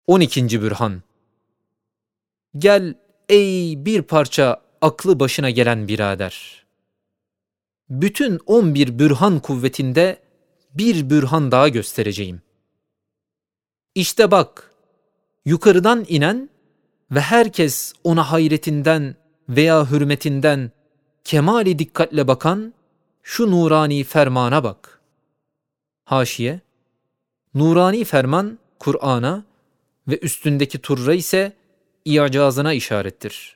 12. Bürhan. Gel ey bir parça aklı başına gelen birader. Bütün 11 bürhan kuvvetinde bir bürhan daha göstereceğim. İşte bak, yukarıdan inen ve herkes ona hayretinden veya hürmetinden kemali dikkatle bakan şu nurani fermana bak. Haşiye, nurani ferman Kur'an'a ve üstündeki turra ise i'cazına işarettir.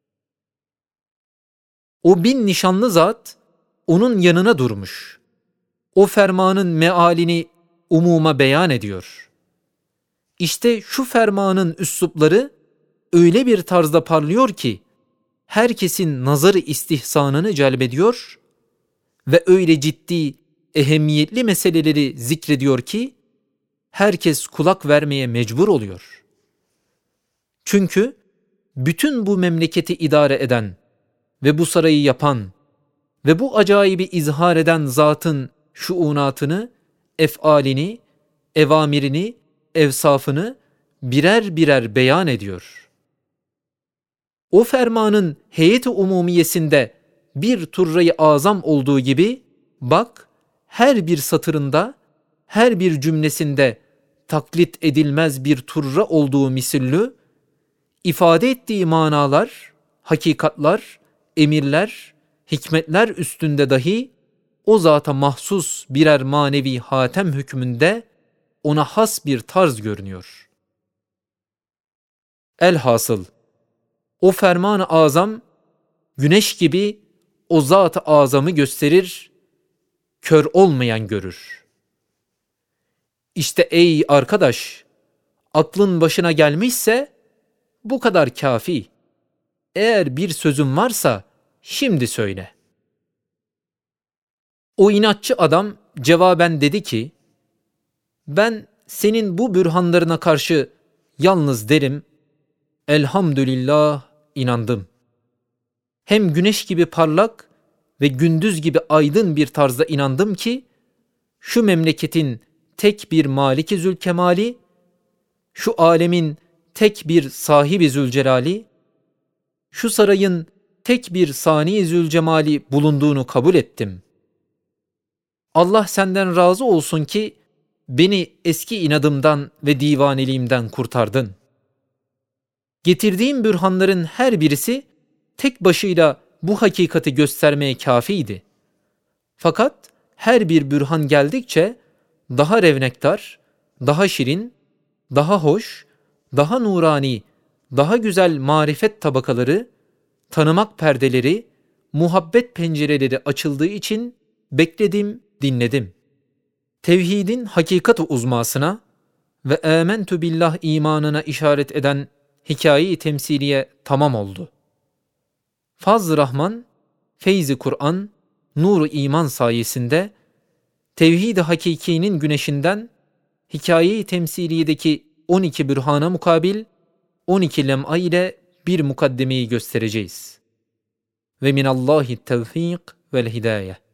O bin nişanlı zat onun yanına durmuş. O fermanın mealini umuma beyan ediyor. İşte şu fermanın üslupları öyle bir tarzda parlıyor ki herkesin nazarı istihsanını celbediyor ve öyle ciddi, ehemmiyetli meseleleri zikrediyor ki herkes kulak vermeye mecbur oluyor. Çünkü bütün bu memleketi idare eden ve bu sarayı yapan ve bu acayibi izhar eden zatın şuunatını, efalini, evamirini, evsafını birer birer beyan ediyor. O fermanın heyet-i umumiyesinde bir turra-i azam olduğu gibi, bak her bir satırında, her bir cümlesinde taklit edilmez bir turra olduğu misillü, ifade ettiği manalar, hakikatlar, emirler, hikmetler üstünde dahi o zata mahsus birer manevi hatem hükmünde ona has bir tarz görünüyor. Elhasıl, o ferman-ı azam güneş gibi o zat-ı azamı gösterir, kör olmayan görür. İşte ey arkadaş, aklın başına gelmişse bu kadar kafi. Eğer bir sözün varsa şimdi söyle. O inatçı adam cevaben dedi ki, ben senin bu bürhanlarına karşı yalnız derim, elhamdülillah inandım. Hem güneş gibi parlak ve gündüz gibi aydın bir tarzda inandım ki, şu memleketin tek bir Maliki Zülkemali, şu alemin tek bir sahibi Zülcelali, şu sarayın tek bir Sani Zülcemali bulunduğunu kabul ettim. Allah senden razı olsun ki beni eski inadımdan ve divaneliğimden kurtardın. Getirdiğim bürhanların her birisi tek başıyla bu hakikati göstermeye kâfiydi. Fakat her bir bürhan geldikçe daha revnektar, daha şirin, daha hoş, daha nurani, daha güzel marifet tabakaları, tanımak perdeleri, muhabbet pencereleri açıldığı için bekledim, dinledim. Tevhidin hakikat-ı uzmasına ve âmentü billah imanına işaret eden hikaye-i temsiliye tamam oldu. Fazl-ı Rahman, feyz-i Kur'an, nur-u iman sayesinde tevhid-i hakikinin güneşinden hikaye-i temsiliyedeki 12 bürhana mukabil 12 lem'a ile bir mukaddemeyi göstereceğiz. Ve minallahi tevfik vel hidayeh.